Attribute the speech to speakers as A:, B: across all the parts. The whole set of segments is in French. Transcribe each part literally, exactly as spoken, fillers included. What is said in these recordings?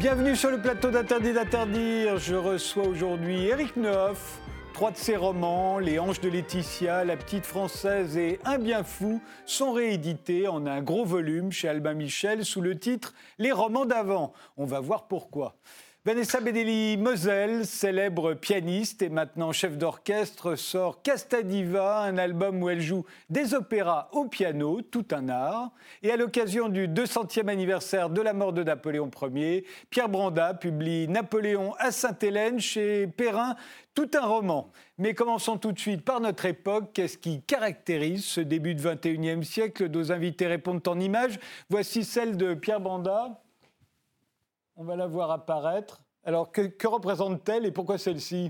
A: Bienvenue sur le plateau d'Interdit d'interdire. Je reçois aujourd'hui Éric Nehoff. Trois de ses romans, Les Anges de Laetitia, La Petite Française et Un bien fou, sont réédités en un gros volume chez Albin Michel sous le titre Les romans d'avant. On va voir pourquoi. Vanessa Bedeli-Mosel, célèbre pianiste et maintenant chef d'orchestre, sort Casta Diva, un album où elle joue des opéras au piano, tout un art. Et à l'occasion du deux centième anniversaire de la mort de Napoléon Ier, Pierre Branda publie Napoléon à Sainte-Hélène chez Perrin, tout un roman. Mais commençons tout de suite par notre époque. Qu'est-ce qui caractérise ce début du vingt et unième siècle? Nos invités répondent en images. Voici celle de Pierre Branda. On va la voir apparaître. Alors, que, que représente-t-elle et pourquoi celle-ci?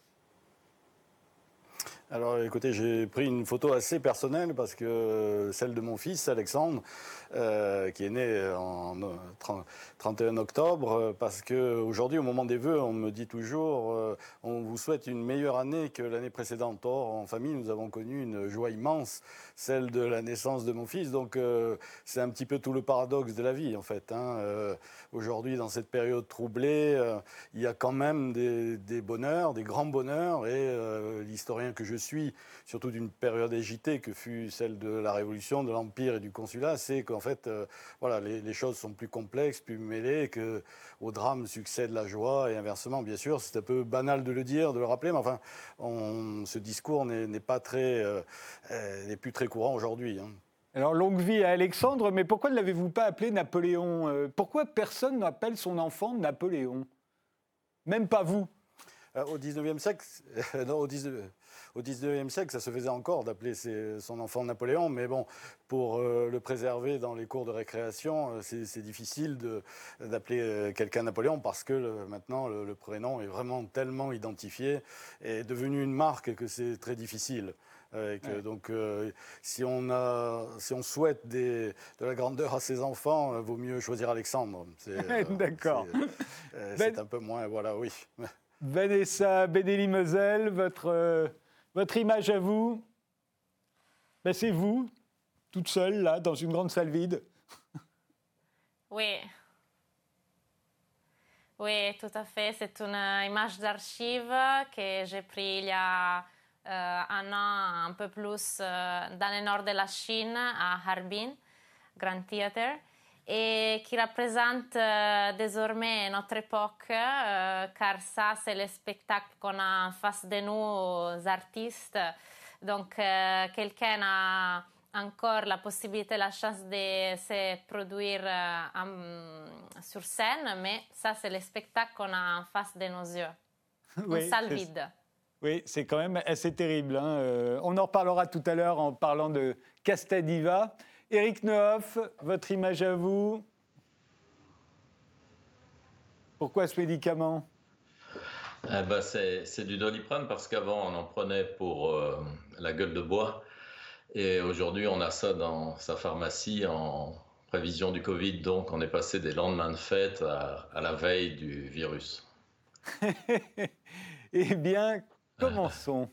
B: Alors, écoutez, j'ai pris une photo assez personnelle parce que celle de mon fils, Alexandre, euh, qui est né en trente et un octobre, parce qu'aujourd'hui, au moment des vœux, on me dit toujours euh, on vous souhaite une meilleure année que l'année précédente. Or, en famille, nous avons connu une joie immense, celle de la naissance de mon fils. Donc, euh, c'est un petit peu tout le paradoxe de la vie, en fait. Hein. Euh, aujourd'hui, dans cette période troublée, euh, il y a quand même des, des bonheurs, des grands bonheurs, et euh, l'historien que je suis, surtout d'une période agitée que fut celle de la Révolution, de l'Empire et du Consulat, c'est qu'en fait, euh, voilà, les, les choses sont plus complexes, plus mêlées, qu'au drame succède la joie, et inversement, bien sûr. C'est un peu banal de le dire, de le rappeler, mais enfin, on, ce discours n'est, n'est pas très, euh, n'est plus très courant aujourd'hui. Hein.
A: Alors, longue vie à Alexandre, mais pourquoi ne l'avez-vous pas appelé Napoléon? euh, Pourquoi personne n'appelle son enfant Napoléon? Même pas vous?
B: euh, Au dix-neuvième siècle, euh, non, au dix-neuvième Au dix-neuvième siècle, ça se faisait encore d'appeler ses, son enfant Napoléon, mais bon, pour euh, le préserver dans les cours de récréation, euh, c'est, c'est difficile de, d'appeler euh, quelqu'un Napoléon parce que le, maintenant, le, le prénom est vraiment tellement identifié et devenu une marque que c'est très difficile. Euh, et que, ouais. Donc, euh, si, on a, si on souhaite des, de la grandeur à ses enfants, il euh, vaut mieux choisir Alexandre. C'est, euh,
A: D'accord.
B: C'est, euh, ben, c'est un peu moins, voilà, oui.
A: Vanessa Bedeli-Mosel, votre... Euh... Votre image à vous, ben c'est vous, toute seule, là, dans une grande salle vide.
C: Oui. Oui, tout à fait. C'est une image d'archive que j'ai prise il y a euh, un an, un peu plus, euh, dans le nord de la Chine, à Harbin, Grand Theatre, et qui représente euh, désormais notre époque, euh, car ça, c'est le spectacle qu'on a en face de nous, aux artistes. Donc, euh, quelqu'un a encore la possibilité, la chance de se produire euh, en, sur scène, mais ça, c'est le spectacle qu'on a en face de nos yeux.
A: Oui,
C: une salle vide.
A: Oui, c'est quand même assez terrible. Hein. Euh, on en reparlera tout à l'heure en parlant de Casta Diva. Éric Nehoff, votre image à vous. Pourquoi ce médicament?
D: eh ben c'est, c'est du Doliprane parce qu'avant on en prenait pour euh, la gueule de bois et aujourd'hui on a ça dans sa pharmacie en prévision du Covid, donc on est passé des lendemains de fête à, à la veille du virus.
A: Eh bien, commençons.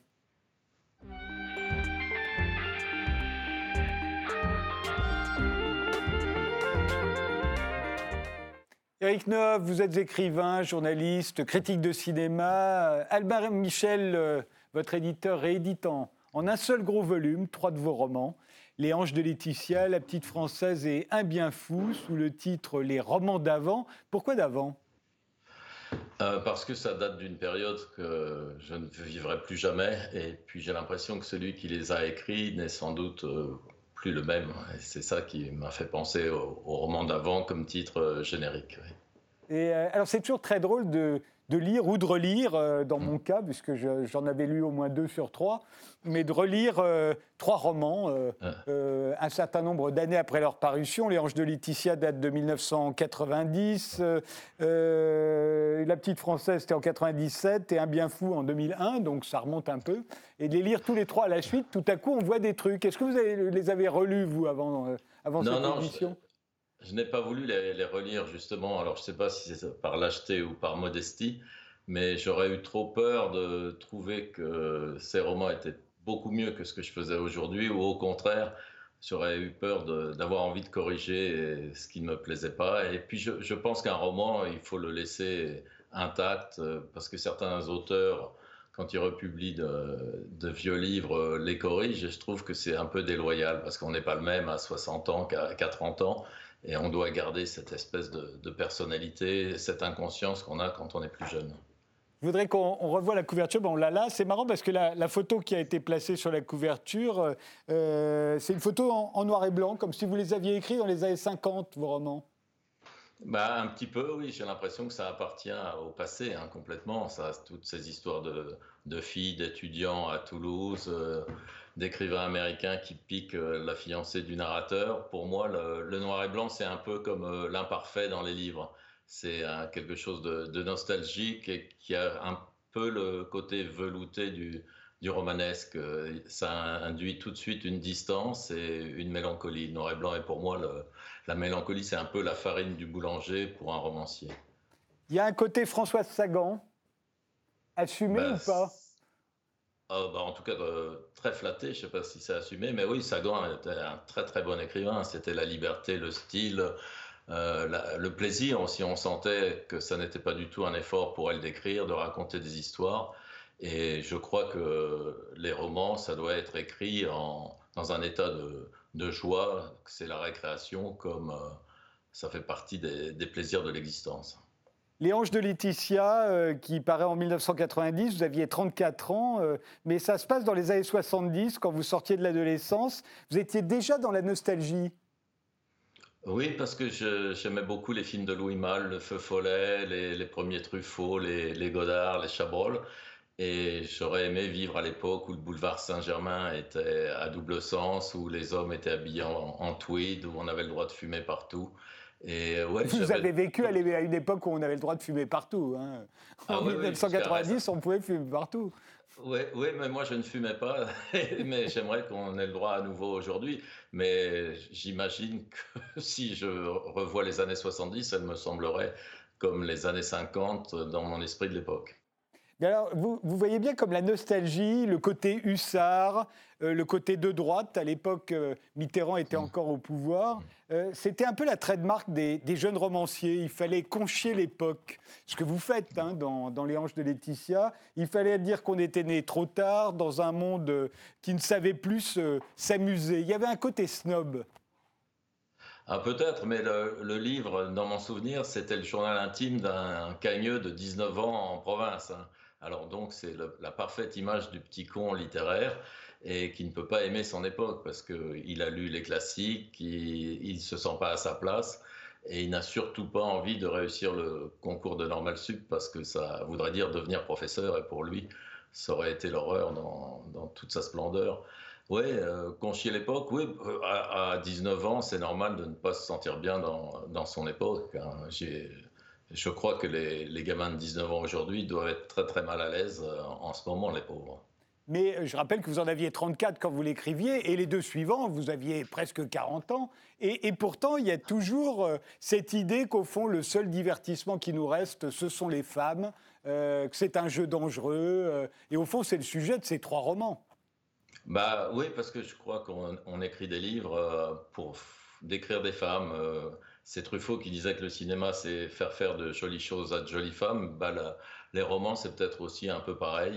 A: Éric Nehoff, vous êtes écrivain, journaliste, critique de cinéma. Albin Michel, votre éditeur, réédite en, en un seul gros volume trois de vos romans, Les Anges de Laetitia, La Petite Française et Un bien fou, sous le titre Les romans d'avant. Pourquoi d'avant ?
D: euh, Parce que ça date d'une période que je ne vivrai plus jamais. Et puis j'ai l'impression que celui qui les a écrits n'est sans doute... Euh, plus le même. Et c'est ça qui m'a fait penser au, au roman d'avant comme titre euh, générique. Oui.
A: Et euh, alors c'est toujours très drôle de, de lire ou de relire, euh, dans mmh. mon cas, puisque je, j'en avais lu au moins deux sur trois, mais de relire euh, trois romans euh, ah. euh, un certain nombre d'années après leur parution. Les Anges de Laetitia date de mille neuf cent quatre-vingt-dix, euh, euh, La Petite Française c'était en quatre-vingt-dix-sept et Un bien fou en deux mille un, donc ça remonte un peu. Et de les lire tous les trois à la suite, tout à coup on voit des trucs. Est-ce que vous avez, les avez relus, vous, avant, euh, avant
D: non,
A: cette
D: non,
A: édition ?
D: Je, je n'ai pas voulu les, les relire, justement. Alors je ne sais pas si c'est par lâcheté ou par modestie, mais j'aurais eu trop peur de trouver que ces romans étaient beaucoup mieux que ce que je faisais aujourd'hui, ou au contraire, j'aurais eu peur de, d'avoir envie de corriger ce qui ne me plaisait pas. Et puis je, je pense qu'un roman, il faut le laisser intact, parce que certains auteurs, quand ils republient de, de vieux livres, les corrigent, et je trouve que c'est un peu déloyal, parce qu'on n'est pas le même à soixante ans qu'à trente ans, et on doit garder cette espèce de, de personnalité, cette inconscience qu'on a quand on est plus jeune.
A: Je voudrais qu'on on revoie la couverture. Bon, on l'a là. C'est marrant parce que la, la photo qui a été placée sur la couverture, euh, c'est une photo en, en noir et blanc, comme si vous les aviez écrits dans les années cinquante, vos romans.
D: Bah, un petit peu, oui. J'ai l'impression que ça appartient au passé, hein, complètement. Ça, toutes ces histoires de, de filles, d'étudiants à Toulouse, euh, d'écrivains américains qui piquent euh, la fiancée du narrateur. Pour moi, le, le noir et blanc, c'est un peu comme euh, l'imparfait dans les livres. C'est euh, quelque chose de, de nostalgique et qui a un peu le côté velouté du, du romanesque. Ça induit tout de suite une distance et une mélancolie. Le noir et blanc est pour moi, le, la mélancolie, c'est un peu la farine du boulanger pour un romancier.
A: Il y a un côté Françoise Sagan, assumé
D: bah,
A: ou pas?
D: Oh, bah, en tout cas, euh, très flatté, je ne sais pas si c'est assumé, mais oui, Sagan était un très très bon écrivain. C'était la liberté, le style, euh, la, le plaisir aussi. On sentait que ça n'était pas du tout un effort pour elle d'écrire, de raconter des histoires. Et je crois que les romans, ça doit être écrit en, dans un état de, de joie, que c'est la récréation, comme euh, ça fait partie des, des plaisirs de l'existence.
A: Les Anges de Laetitia, euh, qui paraît en mille neuf cent quatre-vingt-dix, vous aviez trente-quatre ans, euh, mais ça se passe dans les années soixante-dix, quand vous sortiez de l'adolescence. Vous étiez déjà dans la nostalgie.
D: Oui, parce que je, j'aimais beaucoup les films de Louis Malle, Le Feu Follet, les, les premiers Truffaut, les, les Godard, les Chabrol. Et j'aurais aimé vivre à l'époque où le boulevard Saint-Germain était à double sens, où les hommes étaient habillés en, en tweed, où on avait le droit de fumer partout. Et ouais,
A: vous
D: j'avais...
A: avez vécu à une époque où on avait le droit de fumer partout. Hein. En ah, oui, mille neuf cent quatre-vingt-dix, oui, on pouvait fumer partout.
D: Oui, oui, mais moi je ne fumais pas, mais j'aimerais qu'on ait le droit à nouveau aujourd'hui. Mais j'imagine que si je revois les années soixante-dix, elles me sembleraient comme les années cinquante dans mon esprit de l'époque.
A: Alors, vous, vous voyez bien comme la nostalgie, le côté hussard, euh, le côté de droite. À l'époque, euh, Mitterrand était encore au pouvoir. Euh, c'était un peu la trademark des, des jeunes romanciers. Il fallait conchier l'époque. Ce que vous faites hein, dans, dans Les Anges de Laetitia. Il fallait dire qu'on était né trop tard, dans un monde euh, qui ne savait plus euh, s'amuser. Il y avait un côté snob.
D: Ah, peut-être, mais le, le livre, dans mon souvenir, c'était le journal intime d'un cagneux de dix-neuf ans en province. Hein. Alors donc, c'est le, la parfaite image du petit con littéraire et qui ne peut pas aimer son époque parce qu'il a lu les classiques, il ne se sent pas à sa place et il n'a surtout pas envie de réussir le concours de Normal Sup parce que ça voudrait dire devenir professeur et pour lui, ça aurait été l'horreur dans, dans toute sa splendeur. Oui, euh, conchier l'époque, oui, à, à dix-neuf ans, c'est normal de ne pas se sentir bien dans, dans son époque. Hein. J'ai, je crois que les, les gamins de dix-neuf ans aujourd'hui doivent être très très mal à l'aise en ce moment, les pauvres.
A: Mais je rappelle que vous en aviez trente-quatre quand vous l'écriviez, et les deux suivants, vous aviez presque quarante ans. Et, et pourtant, il y a toujours euh, cette idée qu'au fond, le seul divertissement qui nous reste, ce sont les femmes, euh, que c'est un jeu dangereux. Euh, et au fond, c'est le sujet de ces trois romans.
D: Bah oui, parce que je crois qu'on on écrit des livres euh, pour décrire des femmes. Euh, c'est Truffaut qui disait que le cinéma, c'est faire faire de jolies choses à de jolies femmes. Bah, la, les romans, c'est peut-être aussi un peu pareil.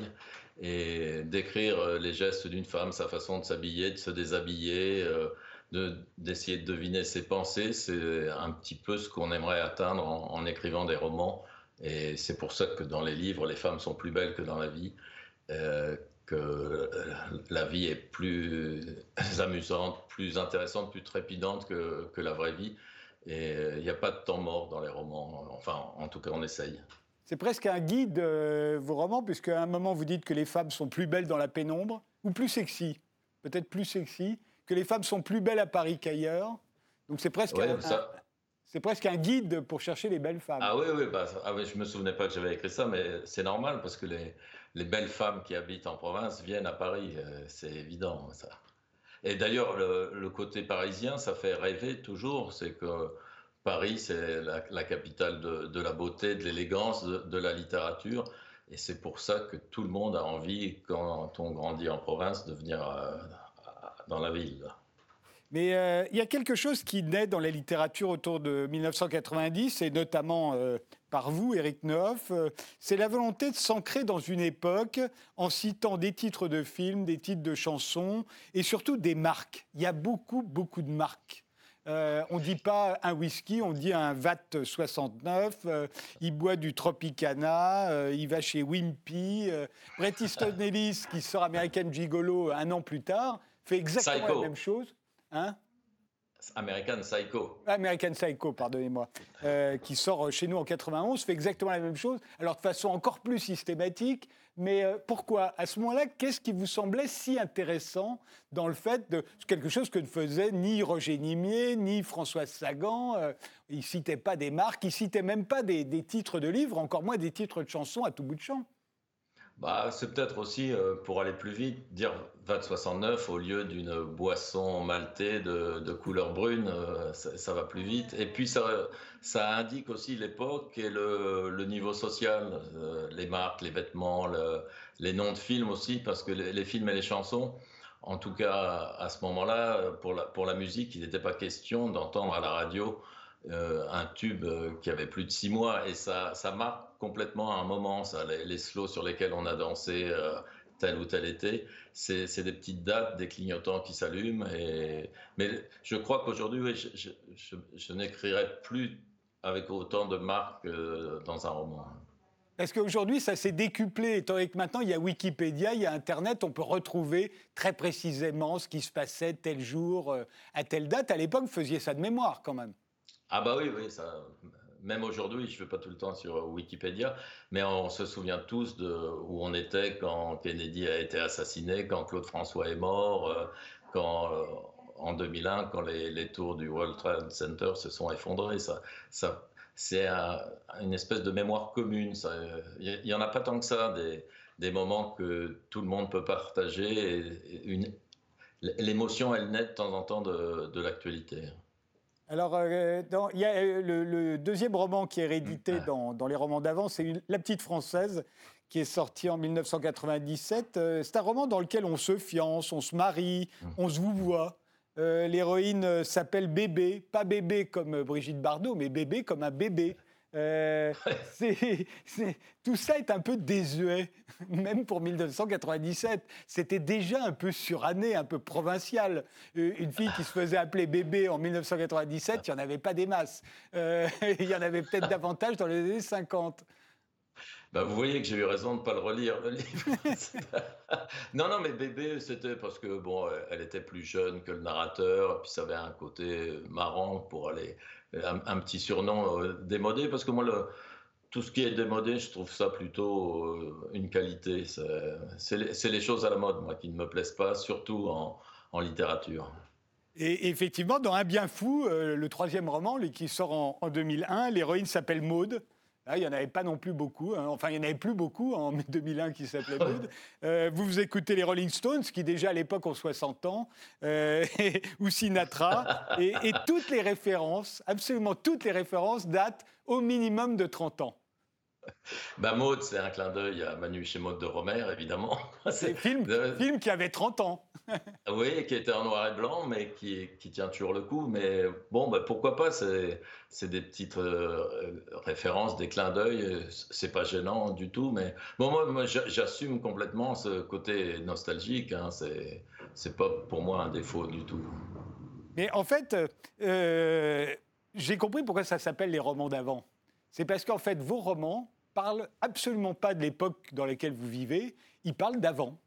D: Et décrire les gestes d'une femme, sa façon de s'habiller, de se déshabiller, euh, de, d'essayer de deviner ses pensées, c'est un petit peu ce qu'on aimerait atteindre en, en écrivant des romans. Et c'est pour ça que dans les livres, les femmes sont plus belles que dans la vie. Euh, que la vie est plus amusante, plus intéressante, plus trépidante que, que la vraie vie. Et il n'y a pas de temps mort dans les romans. Enfin, en tout cas, on essaye.
A: C'est presque un guide, euh, vos romans, puisqu'à un moment, vous dites que les femmes sont plus belles dans la pénombre, ou plus sexy, peut-être plus sexy, que les femmes sont plus belles à Paris qu'ailleurs. Donc c'est presque, ouais, un, ça... un, c'est presque un guide pour chercher les belles femmes.
D: Ah oui, oui, bah, ah oui, je ne me souvenais pas que j'avais écrit ça, mais c'est normal, parce que les... Les belles femmes qui habitent en province viennent à Paris, euh, c'est évident ça. Et d'ailleurs, le, le côté parisien, ça fait rêver toujours. C'est que Paris, c'est la, la capitale de, de la beauté, de l'élégance, de, de la littérature. Et c'est pour ça que tout le monde a envie, quand on grandit en province, de venir euh, dans la ville.
A: Mais euh, il y a quelque chose qui naît dans la littérature autour de mille neuf cent quatre-vingt-dix, et notamment euh, par vous, Éric Neuf, euh, c'est la volonté de s'ancrer dans une époque en citant des titres de films, des titres de chansons, et surtout des marques. Il y a beaucoup, beaucoup de marques. Euh, on ne dit pas un whisky, on dit un V A T soixante-neuf, euh, il boit du Tropicana, euh, il va chez Wimpy. Euh, Bret Easton Ellis, qui sort American Gigolo un an plus tard, fait exactement
D: Psycho.
A: la même chose. Hein?
D: American Psycho.
A: American Psycho, pardonnez-moi, euh, qui sort chez nous en quatre-vingt-onze, fait exactement la même chose, alors de façon encore plus systématique. Mais euh, pourquoi? À ce moment-là, qu'est-ce qui vous semblait si intéressant dans le fait de quelque chose que ne faisait ni Roger Nimier, ni Françoise Sagan? euh, Ils ne citaient pas des marques, ils ne citaient même pas des, des titres de livres, encore moins des titres de chansons à tout bout de champ.
D: Bah, c'est peut-être aussi, euh, pour aller plus vite, dire V A T soixante-neuf au lieu d'une boisson maltée de, de couleur brune, euh, ça, ça va plus vite. Et puis ça, ça indique aussi l'époque et le, le niveau social, euh, les marques, les vêtements, le- les noms de films aussi, parce que les, les films et les chansons, en tout cas à ce moment-là, pour la, pour la musique, il n'était pas question d'entendre à la radio euh, un tube euh, qui avait plus de six mois, et ça, ça marque complètement un moment, ça, les, les slows sur lesquels on a dansé euh, tel ou tel été, c'est, c'est des petites dates, des clignotants qui s'allument, et, mais je crois qu'aujourd'hui, oui, je, je, je, je n'écrirai plus avec autant de marques euh, dans un roman.
A: Parce qu'aujourd'hui, ça s'est décuplé, étant donné que maintenant, il y a Wikipédia, il y a Internet, on peut retrouver très précisément ce qui se passait tel jour, euh, à telle date. À l'époque, vous faisiez ça de mémoire, quand même.
D: Ah bah oui, oui, ça, même aujourd'hui, je ne vais pas tout le temps sur Wikipédia, mais on se souvient tous de où on était quand Kennedy a été assassiné, quand Claude François est mort, euh, quand, euh, en deux mille un, quand les, les tours du World Trade Center se sont effondrées. Ça, ça, c'est un- une espèce de mémoire commune. Il n'y en a pas tant que ça, des, des moments que tout le monde peut partager. Et, et une, l'émotion, elle naît de temps en temps de, de l'actualité.
A: Alors, euh, dans- il y a euh, le, le deuxième roman qui est réédité
D: Ah.
A: dans, dans les romans d'avant, c'est une- La Petite Française, qui est sorti en mille neuf cent quatre-vingt-dix-sept. Euh, c'est un roman dans lequel on se fiance, on se marie,
D: Mm.
A: on se vouvoie. Euh, l'héroïne euh, s'appelle Bébé, pas Bébé comme euh, Brigitte Bardot, mais Bébé comme un bébé. Euh, c'est- c'est- tout ça est un peu désuet, même pour mille neuf cent quatre-vingt-dix-sept. C'était déjà un peu suranné, un peu provincial. Euh, Une fille qui se faisait appeler Bébé en mille neuf cent quatre-vingt-dix-sept, il n'y en avait pas des masses. Euh, il y en avait peut-être davantage dans les années cinquante.
D: Bah, vous voyez que j'ai eu raison de ne pas le relire, le livre. Non, non, mais Bébé, c'était parce que, bon, elle était plus jeune que le narrateur, puis ça avait un côté marrant pour aller, un, un petit surnom euh, démodé, parce que moi, le, tout ce qui est démodé, je trouve ça plutôt euh, une qualité. C'est, c'est les, c'est les choses à la mode, moi, qui ne me plaisent pas, surtout en, en littérature.
A: Et effectivement, dans Un bien fou, euh, le troisième roman, lui, qui sort en, en deux mille un, l'héroïne s'appelle Maude. Là, il n'y en avait pas non plus beaucoup. Hein. Enfin, il n'y en avait plus beaucoup en deux mille un qui s'appelait Maude. Euh, vous, vous écoutez les Rolling Stones, qui déjà à l'époque ont soixante ans, euh, ou Sinatra. Et, et toutes les références, absolument toutes les références, datent au minimum de trente ans.
D: Bah, Maud, c'est un clin d'œil à Manu chez Maud de Romer, évidemment.
A: C'est un film,
D: Euh,
A: film qui avait trente ans.
D: Oui, qui était en noir et blanc, mais qui, qui tient toujours le coup. Mais bon, bah, pourquoi pas, c'est, c'est des petites euh, références, des clins d'œil. C'est pas gênant du tout. Mais bon, moi, moi j'a- j'assume complètement ce côté nostalgique. Hein, c'est, c'est pas pour moi un défaut du tout.
A: Mais en fait, euh, j'ai compris pourquoi ça s'appelle les romans d'avant. C'est parce qu'en fait, vos romans parlent absolument pas de l'époque dans laquelle vous vivez, ils parlent d'avant.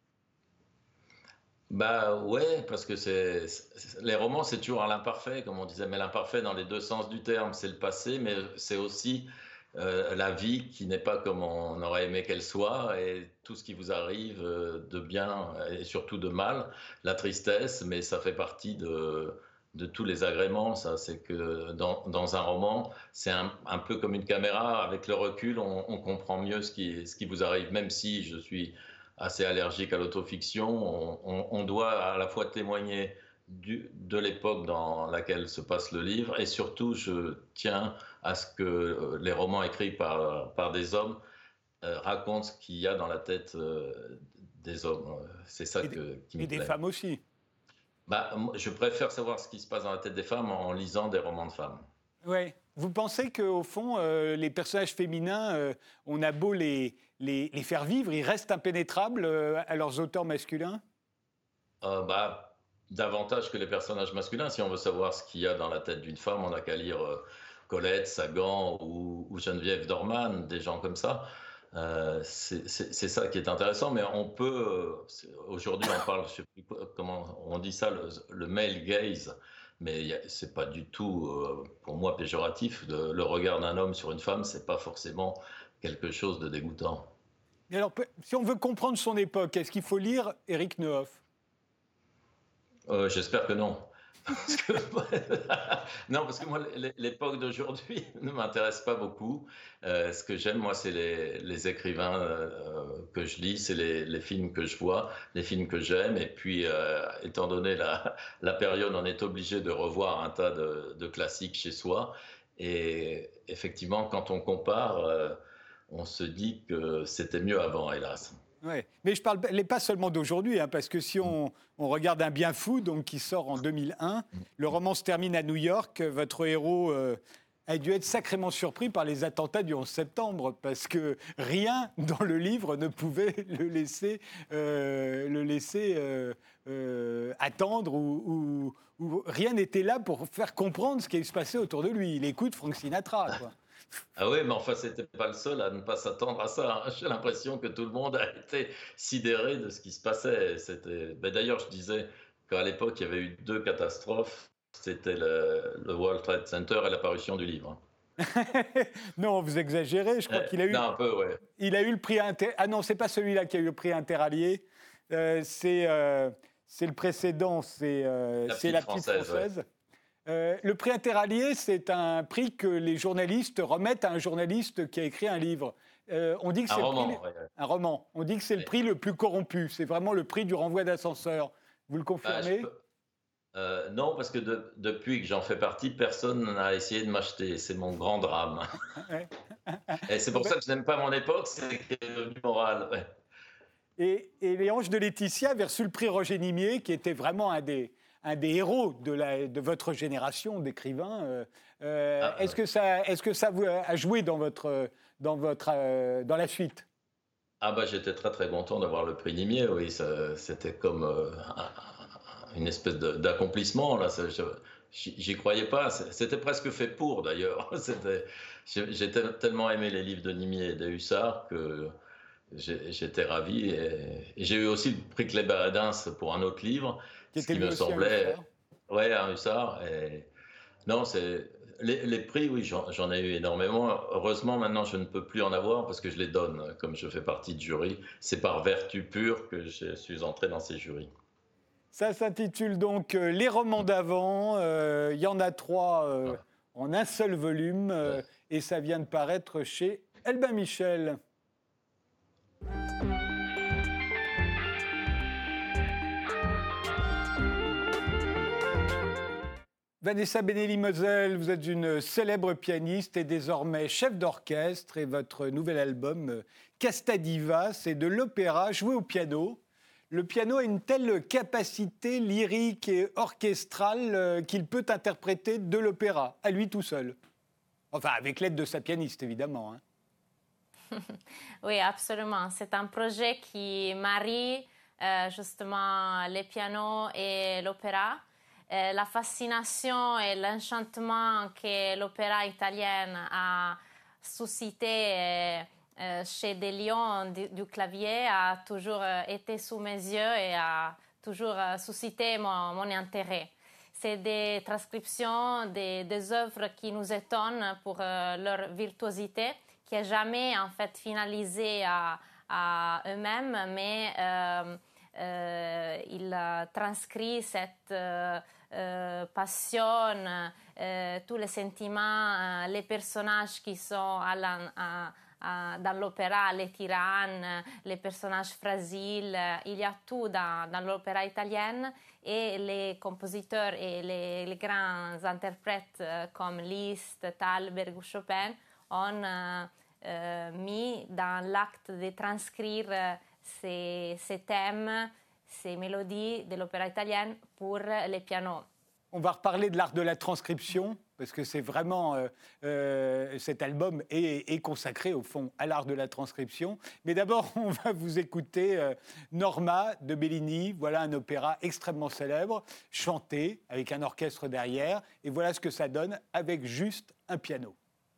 D: Bah ouais, parce que c'est, c'est- les romans, c'est toujours à l'imparfait, comme on disait, mais l'imparfait dans les deux sens du terme, c'est le passé, mais c'est aussi euh, la vie qui n'est pas comme on aurait aimé qu'elle soit, et tout ce qui vous arrive euh, de bien et surtout de mal, la tristesse, mais ça fait partie de, de tous les agréments, ça, c'est que dans, dans un roman, c'est un, un peu comme une caméra, avec le recul, on, on comprend mieux ce qui, ce qui vous arrive, même si je suis assez allergique à l'autofiction, on, on- on doit à la fois témoigner du- de l'époque dans laquelle se passe le livre, et surtout, je tiens à ce que euh, les romans écrits par, par des hommes euh, racontent ce qu'il y a dans la tête euh, des hommes. C'est ça
A: Et,
D: que, qui
A: et
D: me
A: des
D: plaît.
A: femmes aussi.
D: Bah, je préfère savoir ce qui se passe dans la tête des femmes en lisant des romans de femmes.
A: Ouais. Vous pensez qu'au fond, euh, les personnages féminins, euh, on a beau les, les, les faire vivre, ils restent impénétrables euh, à leurs auteurs masculins?
D: Euh, bah, davantage que les personnages masculins. Si on veut savoir ce qu'il y a dans la tête d'une femme, on n'a qu'à lire euh, Colette, Sagan ou, ou Geneviève Dorman, des gens comme ça. Euh, c'est c'est ça qui est intéressant, mais on peut, euh, aujourd'hui on parle, je sais plus comment on dit ça, le, le male gaze, mais c'est pas du tout, euh, pour moi, péjoratif. Le, le regard d'un homme sur une femme, c'est pas forcément quelque chose de dégoûtant.
A: Et alors, si on veut comprendre son époque, est-ce qu'il faut lire Éric Neuhoff?
D: Euh, J'espère que non. Parce que, non, parce que moi, l'époque d'aujourd'hui ne m'intéresse pas beaucoup. Euh, ce que j'aime, moi, c'est les, les écrivains euh, que je lis, c'est les, les films que je vois, les films que j'aime. Et puis, euh, étant donné la, la période, on est obligé de revoir un tas de, de classiques chez soi. Et effectivement, quand on compare, euh, on se dit que c'était mieux avant, hélas.
A: Ouais. Mais je ne parle pas seulement d'aujourd'hui, hein, parce que si on, on regarde Un bien fou, donc, qui sort en deux mille un, le roman se termine à New York. Votre héros euh, a dû être sacrément surpris par les attentats du onze septembre, parce que rien dans le livre ne pouvait le laisser, euh, le laisser euh, euh, attendre, ou, ou, ou rien n'était là pour faire comprendre ce qui se passait autour de lui. Il écoute Frank Sinatra, quoi.
D: Ah oui, mais enfin, c'était pas le seul à ne pas s'attendre à ça. Hein. J'ai l'impression que tout le monde a été sidéré de ce qui se passait. C'était... Ben, d'ailleurs, je disais qu'à l'époque, il y avait eu deux catastrophes. C'était le, le World Trade Center et l'apparition du livre.
A: Non, vous exagérez. Je crois
D: euh,
A: qu'il a eu.
D: Non, un peu, ouais.
A: Il a eu le prix inter... Ah non, c'est pas celui-là qui a eu le prix Interallié. Euh, c'est, euh, c'est le précédent. C'est, euh,
D: la,
A: c'est
D: petite
A: la petite
D: française.
A: française.
D: Ouais.
A: Euh, le prix Interallié, c'est un prix que les journalistes remettent à un journaliste qui a écrit un livre. Euh, on dit que
D: un
A: c'est
D: roman.
A: Le prix...
D: Ouais.
A: Un roman. On dit que c'est ouais. le prix le plus corrompu. C'est vraiment le prix du renvoi d'ascenseur. Vous le confirmez?
D: bah, euh, Non, parce que de, depuis que j'en fais partie, personne n'a essayé de m'acheter. C'est mon grand drame. Ouais. Et c'est pour ça que je n'aime pas mon époque, c'est qu'elle est devenue morale. Ouais.
A: Et, et Les Anges de Laetitia avait reçu le prix Roger Nimier, qui était vraiment un des... un des héros de, la, de votre génération d'écrivains. Euh, euh, ah, est-ce, que ça, est-ce que ça a joué dans, votre, dans, votre, euh, dans la suite?
D: Ah bah, j'étais très très content d'avoir le prix Nimier, oui. Ça, c'était comme euh, une espèce de, d'accomplissement. Là. Ça, je, j'y croyais pas. C'était presque fait pour, d'ailleurs. C'était, j'ai, j'ai tellement aimé les livres de Nimier et des Hussards que j'ai, j'étais ravi. Et, et j'ai eu aussi le prix Cléber-Edens pour un autre livre. Qui ce qui me semblait, un ouais, un hussard. Et... Non, c'est les, les prix, oui, j'en, j'en ai eu énormément. Heureusement, maintenant, je ne peux plus en avoir parce que je les donne, comme je fais partie du jury. C'est par vertu pure que je suis entré dans ces jurys.
A: Ça s'intitule donc euh, Les romans d'avant. Il euh, y en a trois euh, ouais. en un seul volume, euh, ouais. et ça vient de paraître chez Albin Michel. Vanessa Benelli-Mosel, vous êtes une célèbre pianiste et désormais chef d'orchestre, et votre nouvel album Casta Diva, c'est de l'opéra joué au piano. Le piano a une telle capacité lyrique et orchestrale qu'il peut interpréter de l'opéra, à lui tout seul. Enfin, avec l'aide de sa pianiste, évidemment. Hein.
C: Oui, absolument. C'est un projet qui marie euh, justement le piano et l'opéra. Euh, la fascination et l'enchantement que l'opéra italien a suscité euh, chez des lions du, du clavier a toujours euh, été sous mes yeux et a toujours euh, suscité mon, mon intérêt. C'est des transcriptions des, des œuvres qui nous étonnent pour euh, leur virtuosité, qui n'est jamais en fait finalisée à, à eux-mêmes, mais euh, euh, il transcrit cette euh, Euh, passion, euh, tous les sentiments, euh, les personnages qui sont à la, à, à, dans l'opéra, les tyrannes, les personnages fragiles, il y a tout dans, dans l'opéra italienne, et les compositeurs et les, les grands interprètes euh, comme Liszt, Thalberg ou Chopin ont euh, euh, mis dans l'acte de transcrire ces, ces thèmes, ces mélodies de l'opéra italienne pour les pianos.
A: On va reparler de l'art de la transcription, parce que c'est vraiment, euh, euh, cet album est, est consacré au fond à l'art de la transcription. Mais d'abord, on va vous écouter euh, Norma de Bellini. Voilà un opéra extrêmement célèbre, chanté avec un orchestre derrière. Et voilà ce que ça donne avec juste un piano.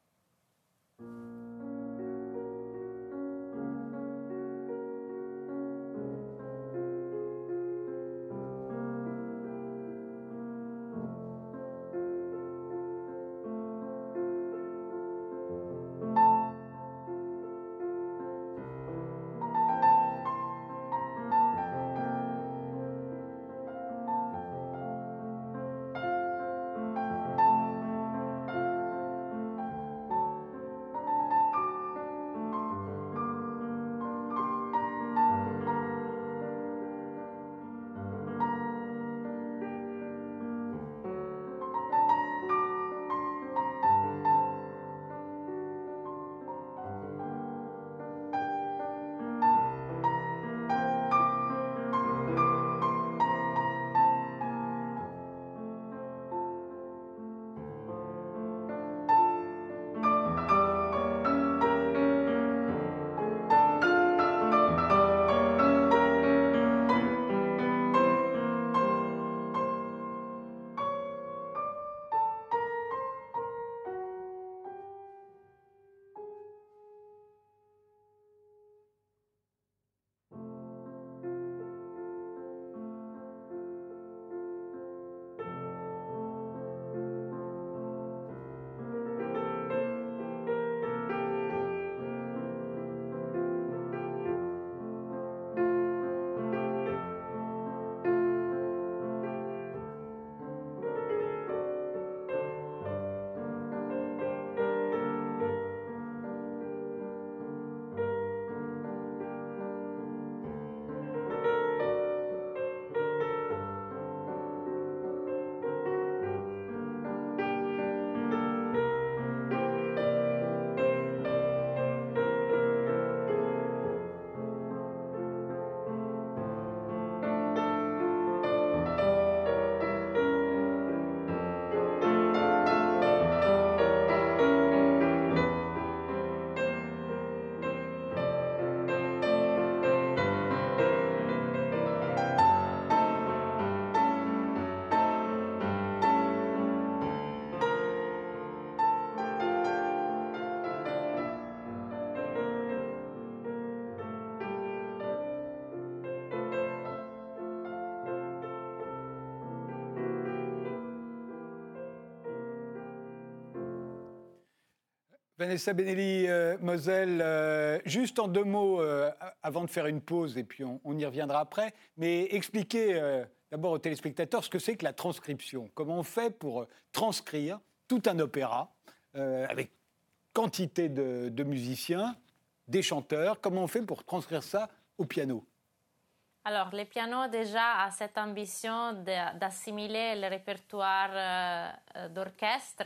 A: Vanessa Benelli-Moselle, euh, juste en deux mots, euh, avant de faire une pause, et puis on, on y reviendra après, mais expliquez euh, d'abord aux téléspectateurs ce que c'est que la transcription. Comment on fait pour transcrire tout un opéra euh, avec quantité de, de musiciens, des chanteurs. Comment on fait pour transcrire ça au piano?
C: Alors, le piano déjà a cette ambition d'assimiler le répertoire euh, d'orchestre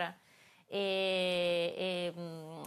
C: et, et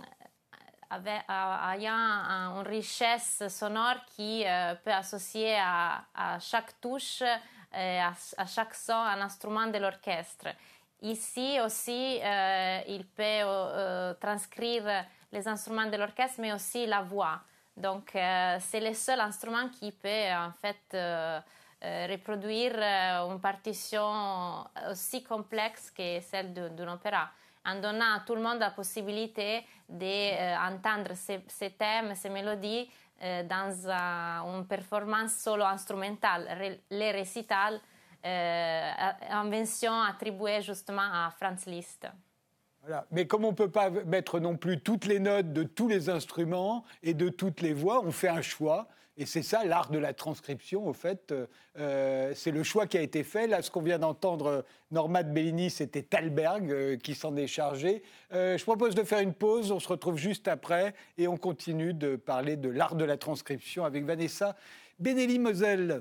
C: avec, ayant une richesse sonore qui euh, peut associer à, à chaque touche, et à, à chaque son, un instrument de l'orchestre. Ici aussi, euh, il peut euh, transcrire les instruments de l'orchestre, mais aussi la voix. Donc, euh, c'est le seul instrument qui peut en fait euh, euh, reproduire euh, une partition aussi complexe que celle d'un opéra, en donnant à tout le monde la possibilité d'entendre euh, ces, ces thèmes, ces mélodies euh, dans uh, une performance solo instrumentale, Re, les récitals, euh, invention attribuée justement à Franz Liszt.
A: Voilà. Mais comme on ne peut pas mettre non plus toutes les notes de tous les instruments et de toutes les voix, on fait un choix. Et c'est ça l'art de la transcription, au fait. Euh, c'est le choix qui a été fait. Là, ce qu'on vient d'entendre, Norma de Bellini, c'était Thalberg euh, qui s'en est chargé. Euh, je propose de faire une pause. On se retrouve juste après et on continue de parler de l'art de la transcription avec Vanessa Benelli-Moselle.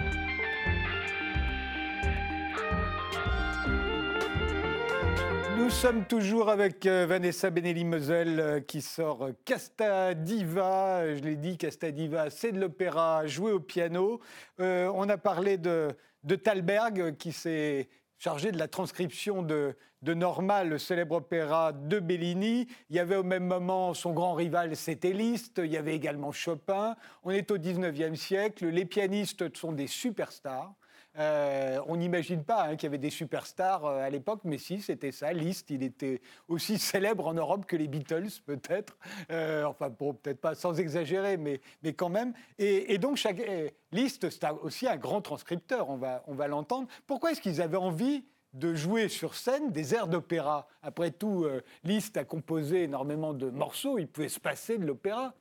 A: Nous sommes toujours avec euh, Vanessa Benelli-Mosel euh, qui sort euh, Casta Diva. Euh, Je l'ai dit, Casta Diva, c'est de l'opéra joué au piano. Euh, on a parlé de, de Thalberg euh, qui s'est chargé de la transcription de, de Norma, le célèbre opéra de Bellini. Il y avait au même moment son grand rival, c'était Liszt. Il y avait également Chopin. On est au dix-neuvième siècle. Les pianistes sont des superstars. Euh, on n'imagine pas hein, qu'il y avait des superstars euh, à l'époque, mais si, c'était ça. Liszt, il était aussi célèbre en Europe que les Beatles, peut-être. Euh, enfin, bon, peut-être pas sans exagérer, mais, mais quand même. Et, et donc, chaque, et Liszt, c'est aussi un grand transcripteur, on va, on va l'entendre. Pourquoi est-ce qu'ils avaient envie de jouer sur scène des airs d'opéra? Après tout, euh, Liszt a composé énormément de morceaux, il pouvait se passer de l'opéra.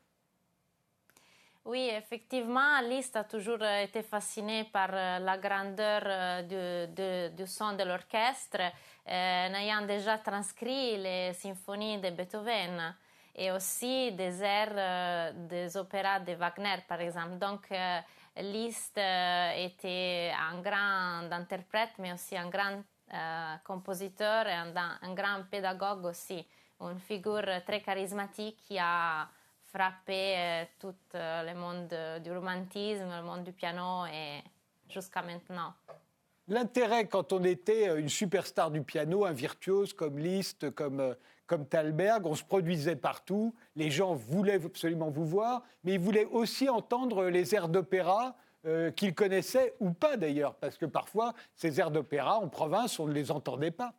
C: Oui, effectivement, Liszt a toujours été fasciné par la grandeur du, du, du son de l'orchestre, euh, n'ayant déjà transcrit les symphonies de Beethoven et aussi des airs euh, des opéras de Wagner, par exemple. Donc, euh, Liszt euh, était un grand interprète, mais aussi un grand euh, compositeur et un, un grand pédagogue aussi, une figure très charismatique qui a frappé euh, tout euh, le monde du romantisme, le monde du piano et jusqu'à maintenant.
A: L'intérêt quand on était une superstar du piano, un virtuose comme Liszt, comme, euh, comme Thalberg, on se produisait partout, les gens voulaient absolument vous voir, mais ils voulaient aussi entendre les airs d'opéra euh, qu'ils connaissaient ou pas d'ailleurs, parce que parfois ces airs d'opéra en province, on ne les entendait pas.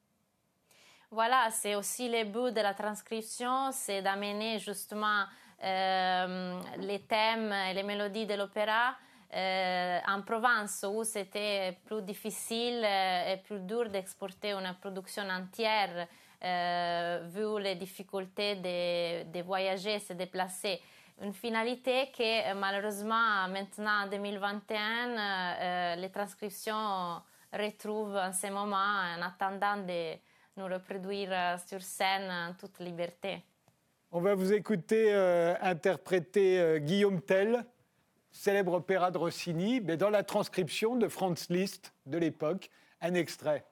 C: Voilà, c'est aussi le but de la transcription, c'est d'amener justement euh, les thèmes et les mélodies de l'opéra euh, en Provence, où c'était plus difficile et plus dur d'exporter une production entière, euh, vu les difficultés de, de voyager, se déplacer. Une finalité que malheureusement maintenant en deux mille vingt et un, euh, les transcriptions retrouvent en ce moment en attendant de nous reproduire sur scène en toute liberté.
A: On va vous écouter euh, interpréter euh, Guillaume Tell, célèbre opéra de Rossini, mais dans la transcription de Franz Liszt de l'époque, un extrait.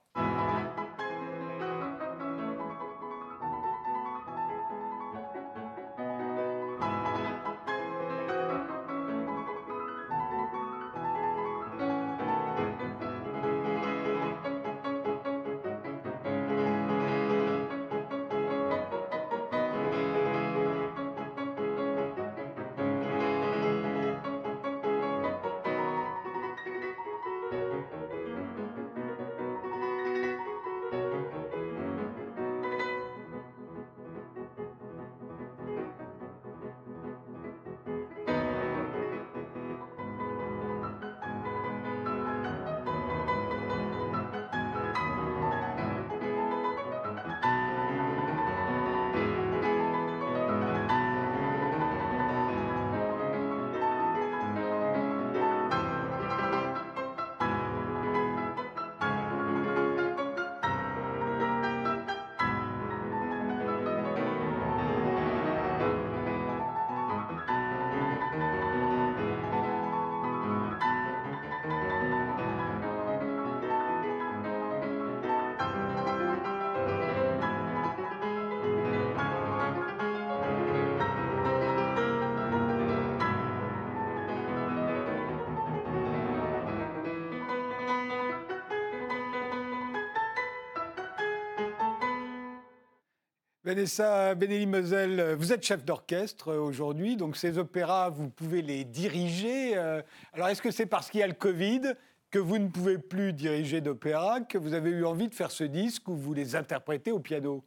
A: Vanessa Benelli-Mosel, vous êtes chef d'orchestre aujourd'hui, donc ces opéras, vous pouvez les diriger. Alors, est-ce que c'est parce qu'il y a le Covid que vous ne pouvez plus diriger d'opéra, que vous avez eu envie de faire ce disque où vous les interprétez au piano?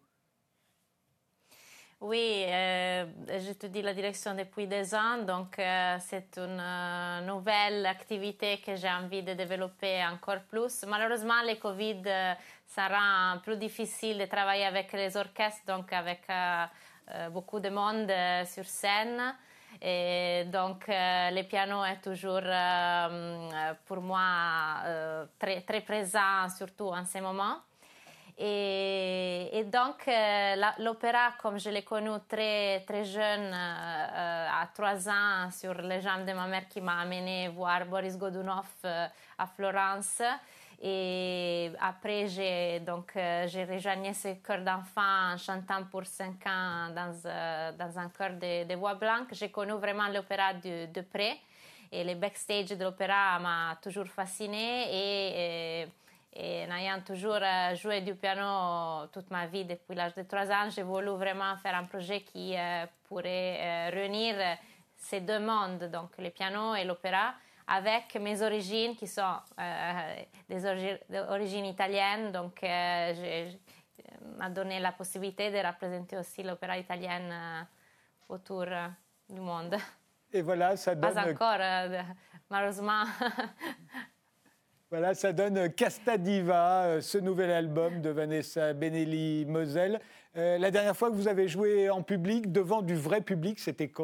C: Oui, euh, je te dis la direction depuis deux ans, donc euh, c'est une euh, nouvelle activité que j'ai envie de développer encore plus. Malheureusement, le Covid, euh, ça rend plus difficile de travailler avec les orchestres, donc avec euh, euh, beaucoup de monde euh, sur scène. Et donc, euh, le piano est toujours euh, pour moi euh, très, très présent, surtout en ce moment. Et, et donc, euh, la, l'opéra, comme je l'ai connu très, très jeune, euh, à trois ans, sur les jambes de ma mère qui m'a amené voir Boris Godunov euh, à Florence. Et après, j'ai donc euh, j'ai rejoint ce chœur d'enfants en chantant pour cinq ans dans, euh, dans un chœur de, de voix blanque. J'ai connu vraiment l'opéra de, de près. Et le backstage de l'opéra m'a toujours fascinée. Et, et, et en ayant toujours joué du piano toute ma vie depuis l'âge de trois ans, j'ai voulu vraiment faire un projet qui euh, pourrait euh, réunir ces deux mondes, donc le piano et l'opéra, avec mes origines qui sont euh, des origi- origines italiennes. Donc, euh, j'ai, m'a donné la possibilité de représenter aussi l'opéra italienne euh, autour euh, du monde.
A: Et voilà, ça donne...
C: Pas encore, euh, malheureusement.
A: Voilà, ça donne Casta Diva, ce nouvel album de Vanessa Benelli-Mosel. Euh, la dernière fois que vous avez joué en public, devant du vrai public, c'était quand ?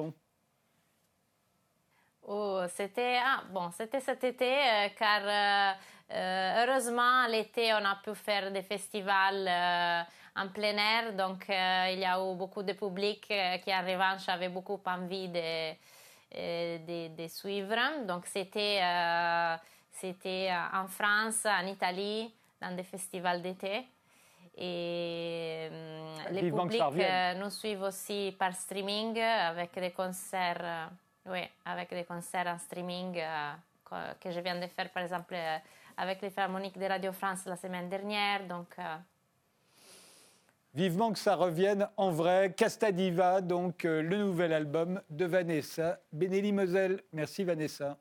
C: Oh, c'était, ah, bon, c'était cet été, euh, car euh, euh, heureusement, l'été, on a pu faire des festivals euh, en plein air. Donc, euh, il y a eu beaucoup de public euh, qui, en revanche, avait beaucoup envie de, euh, de, de suivre. Donc, c'était, euh, c'était en France, en Italie, dans des festivals d'été. Et euh, les publics euh, nous suivent aussi par streaming avec des concerts. Euh, Oui, avec des concerts en streaming euh, que je viens de faire, par exemple, euh, avec les Philharmoniques de Radio France la semaine dernière. Donc, euh...
A: Vivement que ça revienne en vrai. Casta Diva, donc euh, le nouvel album de Vanessa Benelli-Mosel. Merci Vanessa.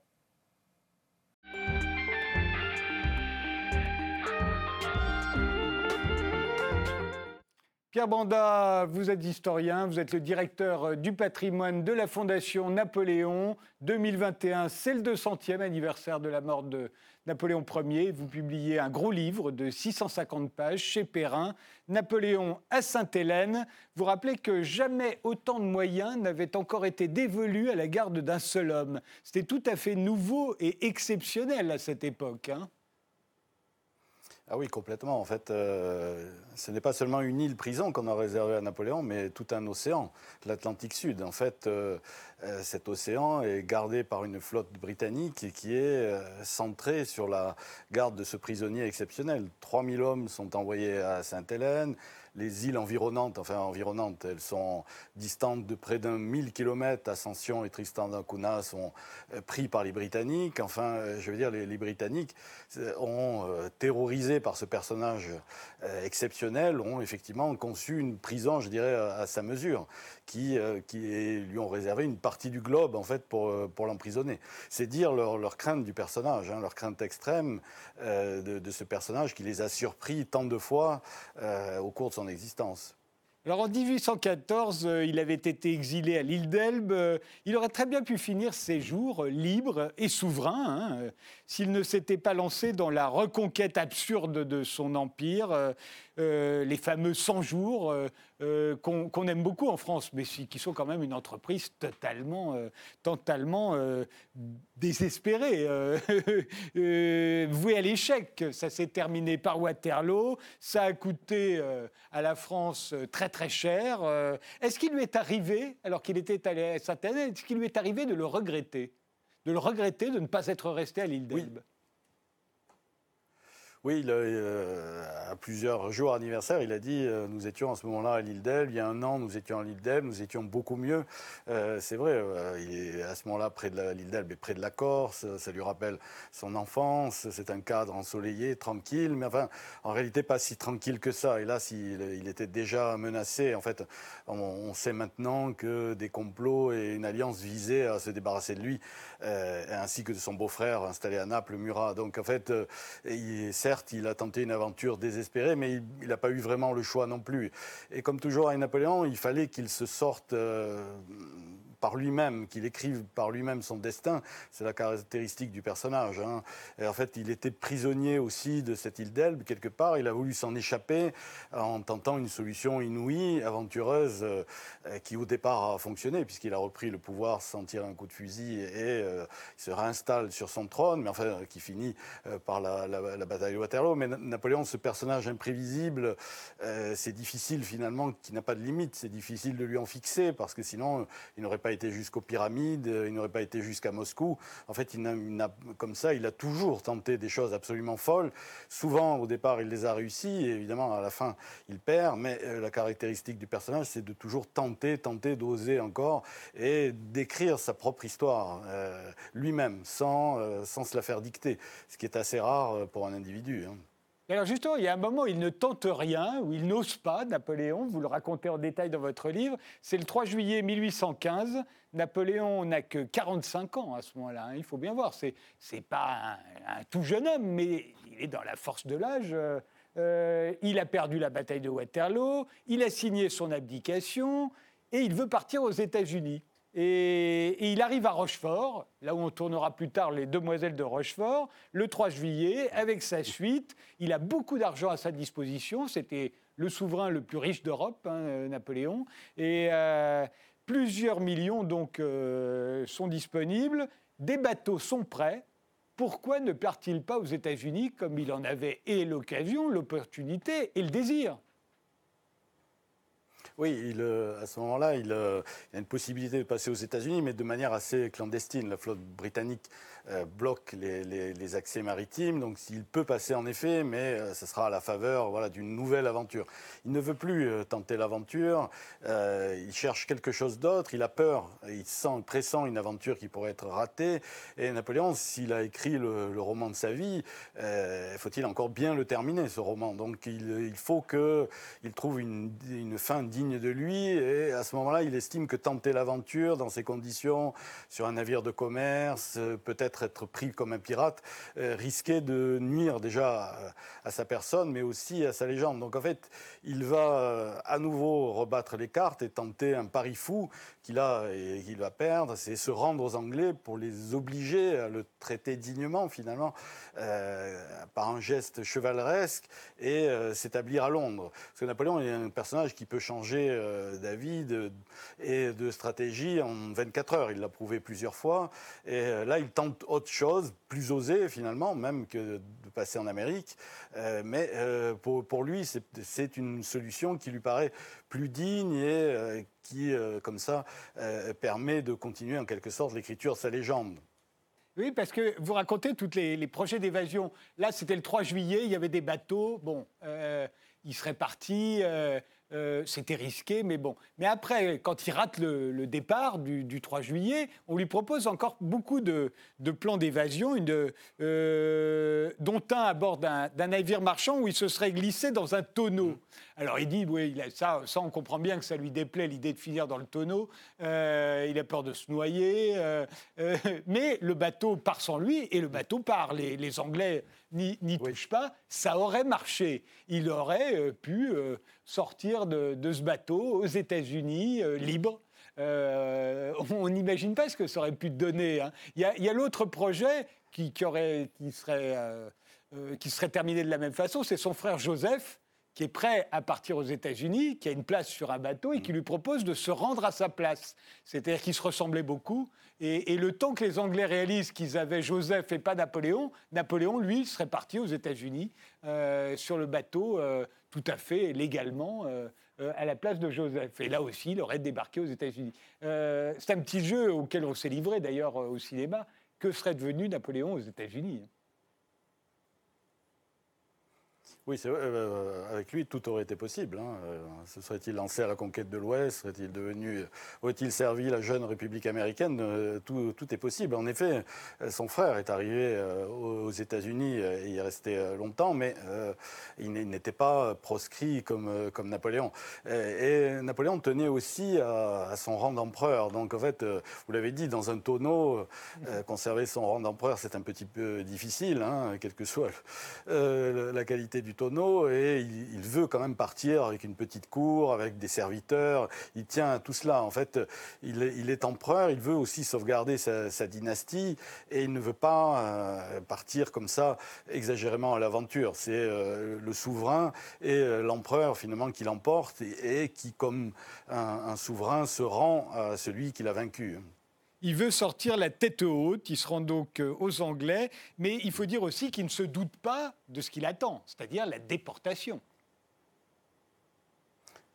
A: Pierre Banda, vous êtes historien, vous êtes le directeur du patrimoine de la Fondation Napoléon. deux mille vingt et un, c'est le deux centième anniversaire de la mort de Napoléon Ier. Vous publiez un gros livre de six cent cinquante pages chez Perrin, Napoléon à Sainte-Hélène. Vous rappelez que jamais autant de moyens n'avaient encore été dévolus à la garde d'un seul homme. C'était tout à fait nouveau et exceptionnel à cette époque, hein.
B: Ah oui, complètement. En fait, euh, ce n'est pas seulement une île prison qu'on a réservée à Napoléon, mais tout un océan, l'Atlantique Sud. En fait, euh, euh, cet océan est gardé par une flotte britannique et qui est euh, centrée sur la garde de ce prisonnier exceptionnel. trois mille hommes sont envoyés à Sainte-Hélène. Les îles environnantes, enfin environnantes, elles sont distantes de près d'un mille kilomètres. Ascension et Tristan d'Acunha sont euh, pris par les Britanniques. Enfin, euh, je veux dire, les, les Britanniques euh, ont euh, terrorisé par ce personnage euh, exceptionnel, ont effectivement conçu une prison, je dirais, à, à sa mesure, qui, euh, qui est, lui ont réservé une partie du globe, en fait, pour, euh, pour l'emprisonner. C'est dire leur, leur crainte du personnage, hein, leur crainte extrême euh, de, de ce personnage qui les a surpris tant de fois euh, au cours de son existence.
A: Alors en dix-huit cent quatorze, euh, il avait été exilé à l'île d'Elbe. Euh, il aurait très bien pu finir ses jours euh, libre et souverain, hein, euh, s'il ne s'était pas lancé dans la reconquête absurde de son empire, euh, euh, les fameux cent jours euh, euh, qu'on, qu'on aime beaucoup en France, mais qui sont quand même une entreprise totalement, euh, totalement euh, désespérée, euh, euh, vouée à l'échec. Ça s'est terminé par Waterloo, ça a coûté euh, à la France très très cher. Euh, est-ce qu'il lui est arrivé, alors qu'il était allé à Sainte-Hélène, est-ce qu'il lui est arrivé de le regretter, de le regretter de ne pas être resté à l'île d'Elbe ?
B: Oui. Oui, il a, euh, à plusieurs jours anniversaires, il a dit euh, nous étions à ce moment-là à l'île d'Elbe. Il y a un an, nous étions à l'île d'Elbe, nous étions beaucoup mieux. Euh, c'est vrai, euh, il est à ce moment-là près de la, l'île d'Elbe et près de la Corse. Ça lui rappelle son enfance. C'est un cadre ensoleillé, tranquille, mais enfin, en réalité, pas si tranquille que ça. Et là, s'il, il était déjà menacé. En fait, on, on sait maintenant que des complots et une alliance visaient à se débarrasser de lui, euh, ainsi que de son beau-frère installé à Naples, Murat. Donc, en fait, euh, il, certes, il a tenté une aventure désespérée, mais il n'a pas eu vraiment le choix non plus. Et comme toujours avec Napoléon, il fallait qu'il se sorte euh, par lui-même, qu'il écrive par lui-même son destin. C'est la caractéristique du personnage, hein. Et en fait, il était prisonnier aussi de cette île d'Elbe, quelque part. Il a voulu s'en échapper en tentant une solution inouïe, aventureuse, euh, qui au départ a fonctionné, puisqu'il a repris le pouvoir sans tirer un coup de fusil et euh, il se réinstalle sur son trône, mais enfin, qui finit euh, par la, la, la bataille de Waterloo. Mais Napoléon, ce personnage imprévisible, euh, c'est difficile finalement, qui n'a pas de limite. C'est difficile de lui en fixer, parce que sinon, il n'aurait pas pas été jusqu'aux pyramides, il n'aurait pas été jusqu'à Moscou. En fait, il n'a, il n'a, comme ça, il a toujours tenté des choses absolument folles. Souvent, au départ, il les a réussi, et évidemment, à la fin, il perd. Mais euh, la caractéristique du personnage, c'est de toujours tenter, tenter, d'oser encore, et d'écrire sa propre histoire euh, lui-même, sans, euh, sans se la faire dicter, ce qui est assez rare pour un individu. Hein.
A: Et alors justement, il y a un moment où il ne tente rien, où il n'ose pas, Napoléon, vous le racontez en détail dans votre livre, c'est le trois juillet mille huit cent quinze, Napoléon n'a que quarante-cinq ans à ce moment-là, hein, il faut bien voir, c'est, c'est pas un, un tout jeune homme, mais il est dans la force de l'âge, euh, euh, il a perdu la bataille de Waterloo, il a signé son abdication, et il veut partir aux États-Unis. Et, et il arrive à Rochefort, là où on tournera plus tard Les Demoiselles de Rochefort, le trois juillet, avec sa suite. Il a beaucoup d'argent à sa disposition. C'était le souverain le plus riche d'Europe, hein, Napoléon. Et euh, plusieurs millions donc, euh, sont disponibles. Des bateaux sont prêts. Pourquoi ne part-il pas aux États-Unis comme il en avait et l'occasion, l'opportunité et le désir ?
B: Oui, il, euh, à ce moment-là, il, euh, il y a une possibilité de passer aux États-Unis, mais de manière assez clandestine. La flotte britannique euh, bloque les, les, les accès maritimes, donc il peut passer en effet, mais euh, ce sera à la faveur voilà, d'une nouvelle aventure. Il ne veut plus euh, tenter l'aventure, euh, il cherche quelque chose d'autre, il a peur, il sent, pressent une aventure qui pourrait être ratée. Et Napoléon, s'il a écrit le, le roman de sa vie, euh, faut-il encore bien le terminer, ce roman. Donc il, il faut qu'il trouve une, une fin digne de lui, et à ce moment-là, il estime que tenter l'aventure dans ces conditions, sur un navire de commerce, peut-être être pris comme un pirate, euh, risquait de nuire déjà à, à sa personne, mais aussi à sa légende. Donc en fait, il va euh, à nouveau rebattre les cartes et tenter un pari fou qu'il a et qu'il va perdre, c'est se rendre aux Anglais pour les obliger à le traiter dignement, finalement, euh, par un geste chevaleresque, et euh, s'établir à Londres. Parce que Napoléon est un personnage qui peut changer d'avis de, et de stratégie en vingt-quatre heures. Il l'a prouvé plusieurs fois. Et là, il tente autre chose, plus osé finalement, même que de passer en Amérique. Euh, mais euh, pour, pour lui, c'est, c'est une solution qui lui paraît plus digne et euh, qui, euh, comme ça, euh, permet de continuer en quelque sorte l'écriture de sa légende.
A: Oui, parce que vous racontez tous les, les projets d'évasion. Là, c'était le trois juillet, il y avait des bateaux. Bon, euh, il serait parti... Euh, Euh, c'était risqué, mais bon. Mais après, quand il rate le, le départ du, du trois juillet, on lui propose encore beaucoup de, de plans d'évasion, une, euh, dont un à bord d'un, d'un navire marchand où il se serait glissé dans un tonneau. Alors il dit, oui, il a, ça, ça, on comprend bien que ça lui déplaît, l'idée de finir dans le tonneau. Euh, il a peur de se noyer. Euh, euh, mais le bateau part sans lui, et le bateau part. Les, les Anglais n'y, n'y oui. touchent pas. Ça aurait marché. Il aurait euh, pu euh, sortir de, de ce bateau aux États-Unis, euh, libre. Euh, on n'imagine pas ce que ça aurait pu donner. Hein. Il y a, il y a l'autre projet qui, qui, aurait, qui, serait, euh, euh, qui serait terminé de la même façon, c'est son frère Joseph, qui est prêt à partir aux États-Unis, qui a une place sur un bateau et qui lui propose de se rendre à sa place. C'est-à-dire qu'ils se ressemblaient beaucoup. Et, et le temps que les Anglais réalisent qu'ils avaient Joseph et pas Napoléon, Napoléon, lui, serait parti aux États-Unis euh, sur le bateau, euh, tout à fait légalement, euh, euh, à la place de Joseph. Et là aussi, il aurait débarqué aux États-Unis. Euh, c'est un petit jeu auquel on s'est livré, d'ailleurs, au cinéma. Que serait devenu Napoléon aux États-Unis ?
B: Oui, c'est vrai, euh, avec lui, tout aurait été possible. Hein. Euh, se serait-il lancé à la conquête de l'Ouest ? Serait-il devenu, aurait-il servi la jeune République américaine ? euh, tout, tout est possible. En effet, son frère est arrivé euh, aux États-Unis et il est resté longtemps, mais euh, il n'était pas proscrit comme, comme Napoléon. Et, et Napoléon tenait aussi à, à son rang d'empereur. Donc, en fait, euh, vous l'avez dit, dans un tonneau, euh, conserver son rang d'empereur, c'est un petit peu difficile, hein, quelle que soit euh, la qualité du tonneau, et il, il veut quand même partir avec une petite cour, avec des serviteurs. Il tient à tout cela. En fait, il est, il est empereur, il veut aussi sauvegarder sa, sa dynastie, et il ne veut pas euh, partir comme ça exagérément à l'aventure. C'est euh, le souverain et euh, l'empereur finalement qui l'emporte, et, et qui, comme un, un souverain, se rend à celui qui l'a vaincu.
A: Il veut sortir la tête haute, il se rend donc aux Anglais, mais il faut dire aussi qu'il ne se doute pas de ce qu'il attend, c'est-à-dire la déportation.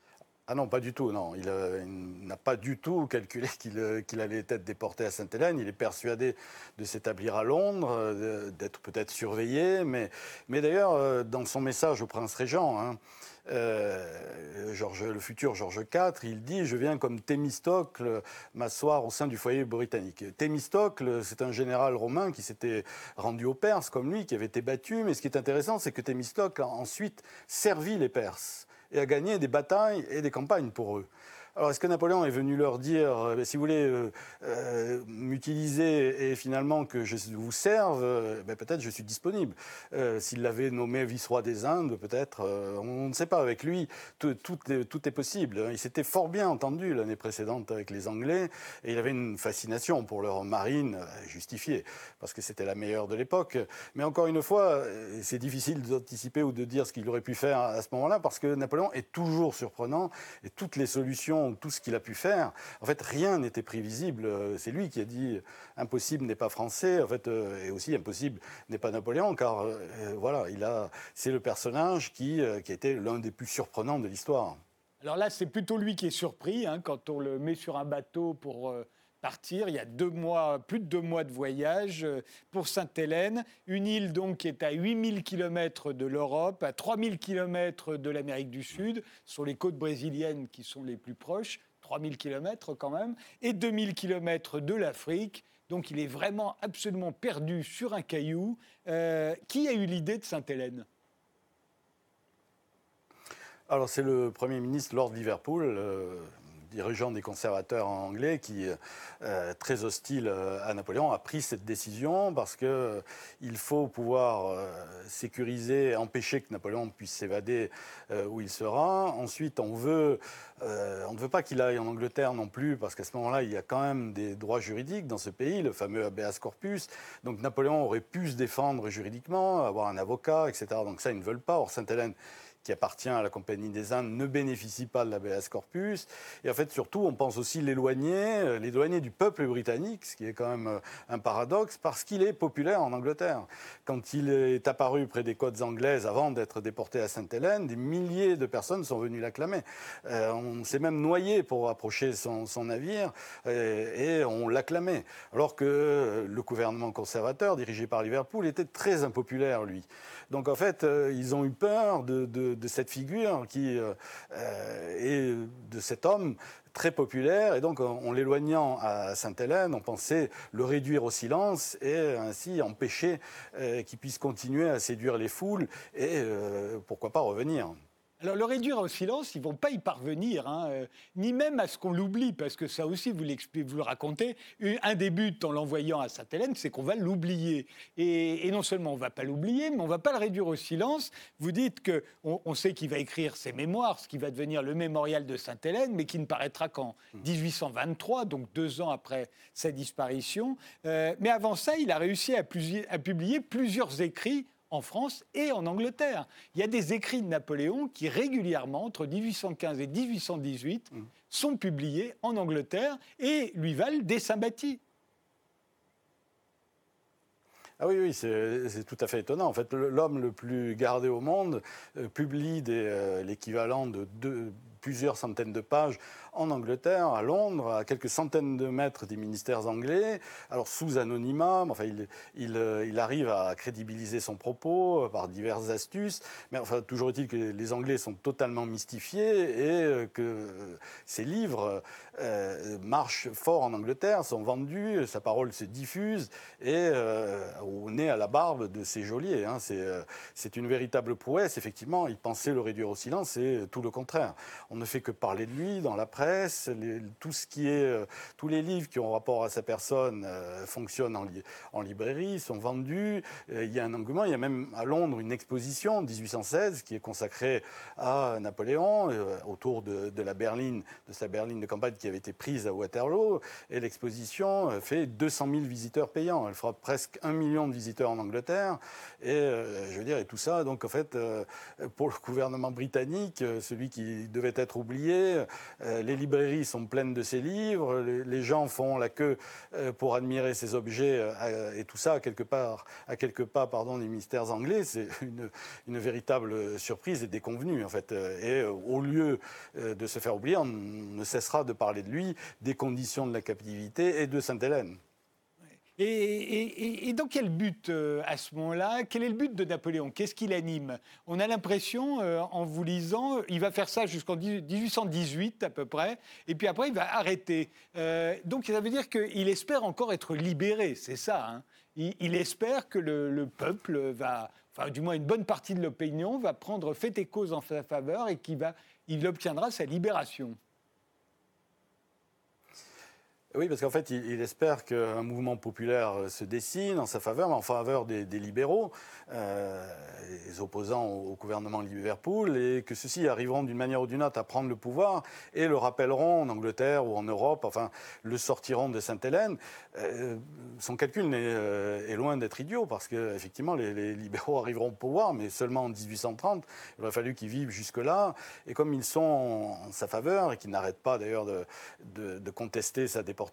B: Ah non, pas du tout, non. Il, euh, il n'a pas du tout calculé qu'il euh, qu'il allait être déporté à Sainte-Hélène. Il est persuadé de s'établir à Londres, euh, d'être peut-être surveillé. Mais, mais d'ailleurs, euh, dans son message au prince régent, hein, euh, George, le futur George quatre, il dit « Je viens comme Thémistocle m'asseoir au sein du foyer britannique ». Thémistocle, c'est un général romain qui s'était rendu aux Perses, comme lui, qui avait été battu. Mais ce qui est intéressant, c'est que Thémistocle a ensuite servi les Perses et a gagné des batailles et des campagnes pour eux. Alors, est-ce que Napoléon est venu leur dire, euh, si vous voulez euh, euh, m'utiliser et finalement que je vous serve, euh, ben, peut-être je suis disponible. Euh, S'il l'avait nommé vice-roi des Indes, peut-être, euh, on ne sait pas. Avec lui, tout, tout, est, tout est possible. Il s'était fort bien entendu l'année précédente avec les Anglais et il avait une fascination pour leur marine justifiée, parce que c'était la meilleure de l'époque. Mais encore une fois, c'est difficile d'anticiper ou de dire ce qu'il aurait pu faire à ce moment-là, parce que Napoléon est toujours surprenant et toutes les solutions, tout ce qu'il a pu faire, en fait, rien n'était prévisible. C'est lui qui a dit « impossible n'est pas français », en fait, euh, et aussi « impossible n'est pas Napoléon », car euh, voilà, il a, c'est le personnage qui, euh, qui a été l'un des plus surprenants de l'histoire.
A: Alors là, c'est plutôt lui qui est surpris, hein, quand on le met sur un bateau pour euh, partir. Il y a deux mois, plus de deux mois de voyage euh, pour Sainte-Hélène, une île donc qui est à huit mille kilomètres de l'Europe, à trois mille kilomètres de l'Amérique du Sud, sur les côtes brésiliennes qui sont les plus proches, trois mille kilomètres quand même, et deux mille kilomètres de l'Afrique. Donc il est vraiment absolument perdu sur un caillou. Euh, qui a eu l'idée de Sainte-Hélène ?
B: Alors c'est le Premier ministre Lord Liverpool, euh, dirigeant des conservateurs anglais, qui, euh, très hostile à Napoléon, a pris cette décision parce qu'il euh, faut pouvoir euh, sécuriser, empêcher que Napoléon puisse s'évader euh, où il sera. Ensuite, on, veut, euh, on ne veut pas qu'il aille en Angleterre non plus, parce qu'à ce moment-là, il y a quand même des droits juridiques dans ce pays, le fameux habeas corpus. Donc Napoléon aurait pu se défendre juridiquement, avoir un avocat, et cetera. Donc ça, ils ne veulent pas. Or, Sainte-Hélène, qui appartient à la Compagnie des Indes, ne bénéficie pas de l'habeas corpus. Et en fait, surtout, on pense aussi l'éloigner, l'éloigner du peuple britannique, ce qui est quand même un paradoxe, parce qu'il est populaire en Angleterre. Quand il est apparu près des côtes anglaises, avant d'être déporté à Sainte-Hélène, des milliers de personnes sont venues l'acclamer. Euh, on s'est même noyé pour approcher son, son navire, et, et on l'acclamait. Alors que le gouvernement conservateur, dirigé par Liverpool, était très impopulaire, lui. Donc en fait, euh, ils ont eu peur de, de, de cette figure qui euh, et de cet homme très populaire. Et donc, en, en l'éloignant à Sainte-Hélène, on pensait le réduire au silence et ainsi empêcher euh, qu'il puisse continuer à séduire les foules et euh, pourquoi pas revenir.
A: Alors, le réduire au silence, ils ne vont pas y parvenir, hein, euh, ni même à ce qu'on l'oublie, parce que ça aussi, vous, vous le racontez, un des buts en l'envoyant à Sainte-Hélène, c'est qu'on va l'oublier. Et, et non seulement on ne va pas l'oublier, mais on ne va pas le réduire au silence. Vous dites qu'on on sait qu'il va écrire ses mémoires, ce qui va devenir le mémorial de Sainte-Hélène, mais qui ne paraîtra qu'en dix-huit cent vingt-trois, donc deux ans après sa disparition. Euh, mais avant ça, il a réussi à, plus, à publier plusieurs écrits en France et en Angleterre. Il y a des écrits de Napoléon qui, régulièrement, entre dix-huit cent quinze et dix-huit cent dix-huit, mmh. sont publiés en Angleterre et lui valent des sympathies.
B: Ah oui, oui, c'est, c'est tout à fait étonnant. En fait, l'homme le plus gardé au monde euh, publie des, euh, l'équivalent de deux, plusieurs centaines de pages en Angleterre, à Londres, à quelques centaines de mètres des ministères anglais, alors sous anonymat. Enfin, il, il, il arrive à crédibiliser son propos par diverses astuces. Mais enfin, toujours est-il que les Anglais sont totalement mystifiés et que ces livres euh, marchent fort en Angleterre, sont vendus, sa parole se diffuse et euh, au nez à la barbe de ces geôliers. Hein. C'est, euh, c'est une véritable prouesse. Effectivement, il pensait le réduire au silence, c'est tout le contraire. On ne fait que parler de lui dans la presse. Les, tout ce qui est, euh, tous les livres qui ont rapport à sa personne euh, fonctionnent en, li, en librairie, sont vendus. Euh, il y a un engouement. Il y a même à Londres une exposition en dix-huit cent seize qui est consacrée à Napoléon euh, autour de, de la berline, de sa berline de campagne qui avait été prise à Waterloo. Et l'exposition euh, fait deux cent mille visiteurs payants. Elle fera presque un million de visiteurs en Angleterre. Et euh, je veux dire, et tout ça, donc en fait, euh, pour le gouvernement britannique, euh, celui qui devait être peut-être oublié. Euh, les librairies sont pleines de ses livres. Les, les gens font la queue euh, pour admirer ses objets. Euh, et tout ça, à quelques, part, à quelques pas pardon, des ministères anglais, c'est une, une véritable surprise et déconvenue, en fait. Et euh, au lieu euh, de se faire oublier, on ne cessera de parler de lui, des conditions de la captivité et de Sainte-Hélène.
A: Et, et, et dans quel but, euh, à ce moment-là, quel est le but de Napoléon? Qu'est-ce qui l'anime? On a l'impression, euh, en vous lisant, il va faire ça jusqu'en dix-huit cent dix-huit à peu près, et puis après il va arrêter. Euh, donc ça veut dire qu'il espère encore être libéré, c'est ça. Hein, il, il espère que le, le peuple va, enfin du moins une bonne partie de l'opinion, va prendre fait et cause en sa faveur et qu'il va, il obtiendra sa libération.
B: Oui, parce qu'en fait, il, il espère qu'un mouvement populaire se dessine en sa faveur, mais en faveur des, des libéraux, euh, les opposants au, au gouvernement Liverpool, et que ceux-ci arriveront d'une manière ou d'une autre à prendre le pouvoir et le rappelleront en Angleterre ou en Europe, enfin, le sortiront de Sainte-Hélène. Euh, son calcul est, euh, est loin d'être idiot, parce qu'effectivement, les, les libéraux arriveront au pouvoir, mais seulement en dix-huit cent trente. Il aurait fallu qu'ils vivent jusque-là. Et comme ils sont en, en sa faveur, et qu'ils n'arrêtent pas d'ailleurs de, de, de contester sa déportation,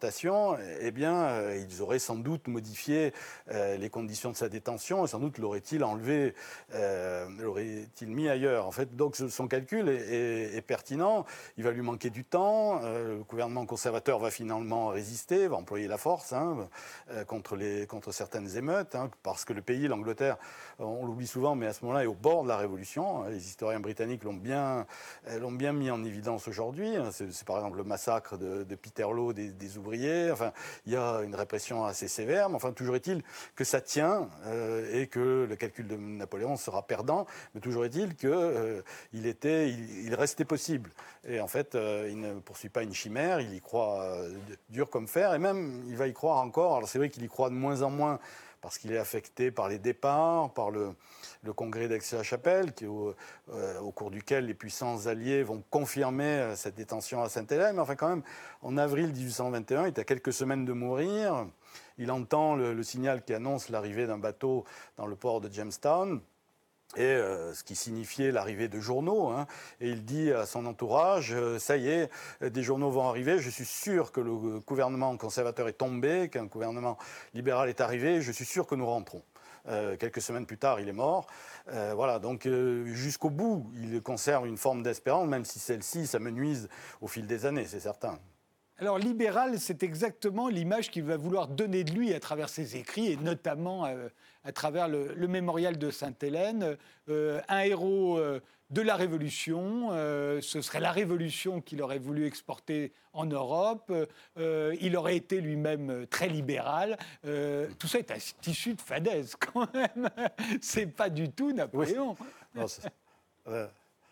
B: eh bien, euh, ils auraient sans doute modifié euh, les conditions de sa détention et sans doute l'auraient-ils enlevé, euh, l'auraient-ils mis ailleurs. En fait, donc son calcul est, est, est pertinent. Il va lui manquer du temps. Euh, le gouvernement conservateur va finalement résister, va employer la force hein, euh, contre, les, contre certaines émeutes, hein, parce que le pays, l'Angleterre, on l'oublie souvent, mais à ce moment-là est au bord de la Révolution. Les historiens britanniques l'ont bien, l'ont bien mis en évidence aujourd'hui. C'est, c'est par exemple le massacre de, de Peterloo des, des ouvriers. Enfin, il y a une répression assez sévère, mais enfin, toujours est-il que ça tient euh, et que le calcul de Napoléon sera perdant, mais toujours est-il qu'il euh, était, il, il restait possible. Et en fait, euh, il ne poursuit pas une chimère, il y croit euh, dur comme fer, et même, il va y croire encore. Alors, c'est vrai qu'il y croit de moins en moins, parce qu'il est affecté par les départs, par le, le congrès d'Aix-la-Chapelle, qui, au, euh, au cours duquel les puissances alliées vont confirmer euh, cette détention à Sainte-Hélène. Mais enfin, quand même, en avril dix-huit cent vingt et un, il est à quelques semaines de mourir. Il entend le, le signal qui annonce l'arrivée d'un bateau dans le port de Jamestown. Et euh, ce qui signifiait l'arrivée de journaux. Hein, et il dit à son entourage, euh, ça y est, des journaux vont arriver, je suis sûr que le gouvernement conservateur est tombé, qu'un gouvernement libéral est arrivé, je suis sûr que nous rentrons. Euh, quelques semaines plus tard, il est mort. Euh, voilà, donc euh, jusqu'au bout, il conserve une forme d'espérance, même si celle-ci s'amenuise au fil des années, c'est certain.
A: Alors, libéral, c'est exactement l'image qu'il va vouloir donner de lui à travers ses écrits, et notamment euh, à travers le, le mémorial de Sainte-Hélène. Euh, un héros euh, de la Révolution, euh, ce serait la Révolution qu'il aurait voulu exporter en Europe. Euh, il aurait été lui-même très libéral. Euh, tout ça est un tissu de fadaise, quand même. C'est pas du tout Napoléon.
B: Oui. Non, c'est... Euh...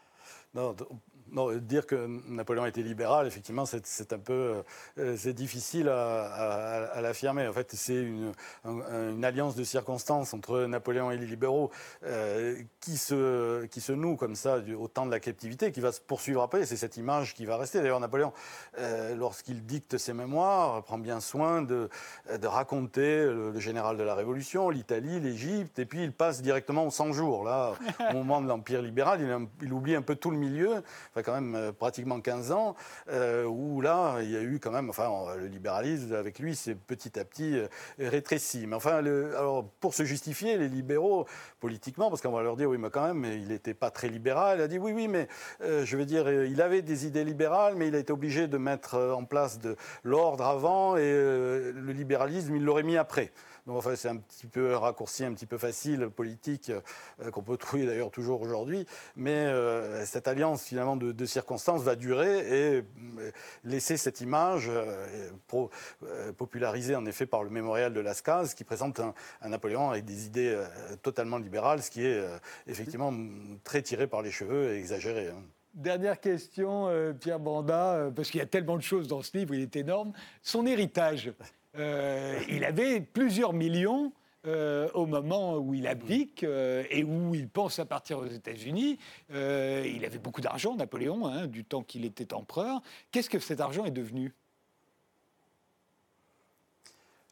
B: Non, non, dire que Napoléon était libéral, effectivement, c'est, c'est un peu, euh, c'est difficile à, à, à l'affirmer. En fait, c'est une, un, une alliance de circonstances entre Napoléon et les libéraux euh, qui se, qui se noue comme ça du, au temps de la captivité, qui va se poursuivre après. C'est cette image qui va rester. D'ailleurs, Napoléon, euh, lorsqu'il dicte ses mémoires, prend bien soin de, de raconter le, le général de la Révolution, l'Italie, l'Égypte, et puis il passe directement aux cent jours. Là, au moment de l'Empire libéral, il, il oublie un peu tout le milieu. Enfin, quand même euh, pratiquement quinze ans, euh, où là, il y a eu quand même, enfin, le libéralisme, avec lui, c'est petit à petit euh, rétréci. Mais enfin, le, alors, pour se justifier, les libéraux, politiquement, parce qu'on va leur dire, oui, mais quand même, il n'était pas très libéral, il a dit, oui, oui, mais euh, je veux dire, il avait des idées libérales, mais il a été obligé de mettre en place de l'ordre avant, et euh, le libéralisme, il l'aurait mis après. Donc, enfin, c'est un petit peu un raccourci, un petit peu facile, politique, euh, qu'on peut trouver d'ailleurs toujours aujourd'hui. Mais euh, cette alliance, finalement, de, de circonstances va durer et euh, laisser cette image euh, pro, euh, popularisée, en effet, par le mémorial de Lascaz, qui présente un, un Napoléon avec des idées euh, totalement libérales, ce qui est euh, effectivement très tiré par les cheveux et exagéré. Hein.
A: Dernière question, euh, Pierre Banda, euh, parce qu'il y a tellement de choses dans ce livre, il est énorme. Son héritage. Euh, il avait plusieurs millions euh, au moment où il abdique euh, et où il pense à partir aux États-Unis. Euh, il avait beaucoup d'argent, Napoléon, hein, du temps qu'il était empereur. Qu'est-ce que cet argent est devenu ?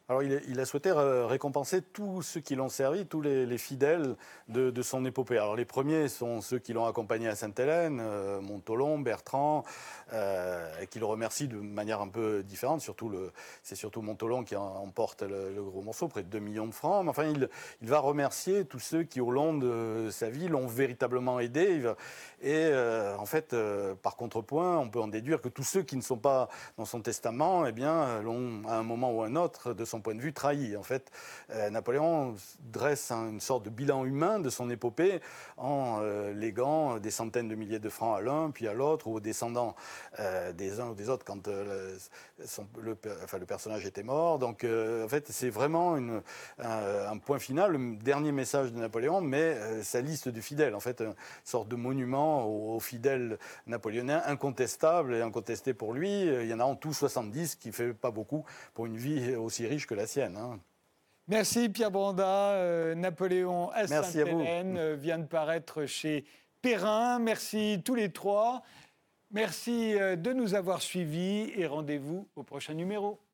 B: Alors, il a, il a souhaité récompenser tous ceux qui l'ont servi, tous les, les fidèles de, de son épopée. Alors, les premiers sont ceux qui l'ont accompagné à Sainte-Hélène, euh, Montholon, Bertrand, euh, et qui le remercient de manière un peu différente. Surtout le, c'est surtout Montholon qui en, emporte le, le gros morceau, près de deux millions de francs. Mais enfin, il, il va remercier tous ceux qui, au long de sa vie, l'ont véritablement aidé. Il va, et euh, en fait, euh, par contrepoint, on peut en déduire que tous ceux qui ne sont pas dans son testament, eh bien, l'ont, à un moment ou à un autre, de son point de vue, trahi. En fait, euh, Napoléon dresse un, une sorte de bilan humain de son épopée en euh, léguant des centaines de milliers de francs à l'un, puis à l'autre, ou aux descendants euh, des uns ou des autres quand euh, son, le, enfin, le personnage était mort. Donc, euh, en fait, c'est vraiment une, un, un point final, le dernier message de Napoléon, mais euh, sa liste de fidèles, en fait, une sorte de monument aux, aux fidèles napoléoniens, incontestable et incontesté pour lui. Il y en a en tout soixante-dix, ce qui ne fait pas beaucoup pour une vie aussi riche que la sienne. Hein.
A: Merci Pierre Brondat. Euh, Napoléon à Sainte-Hélène euh, vient de paraître chez Perrin. Merci tous les trois. Merci euh, de nous avoir suivis et rendez-vous au prochain numéro.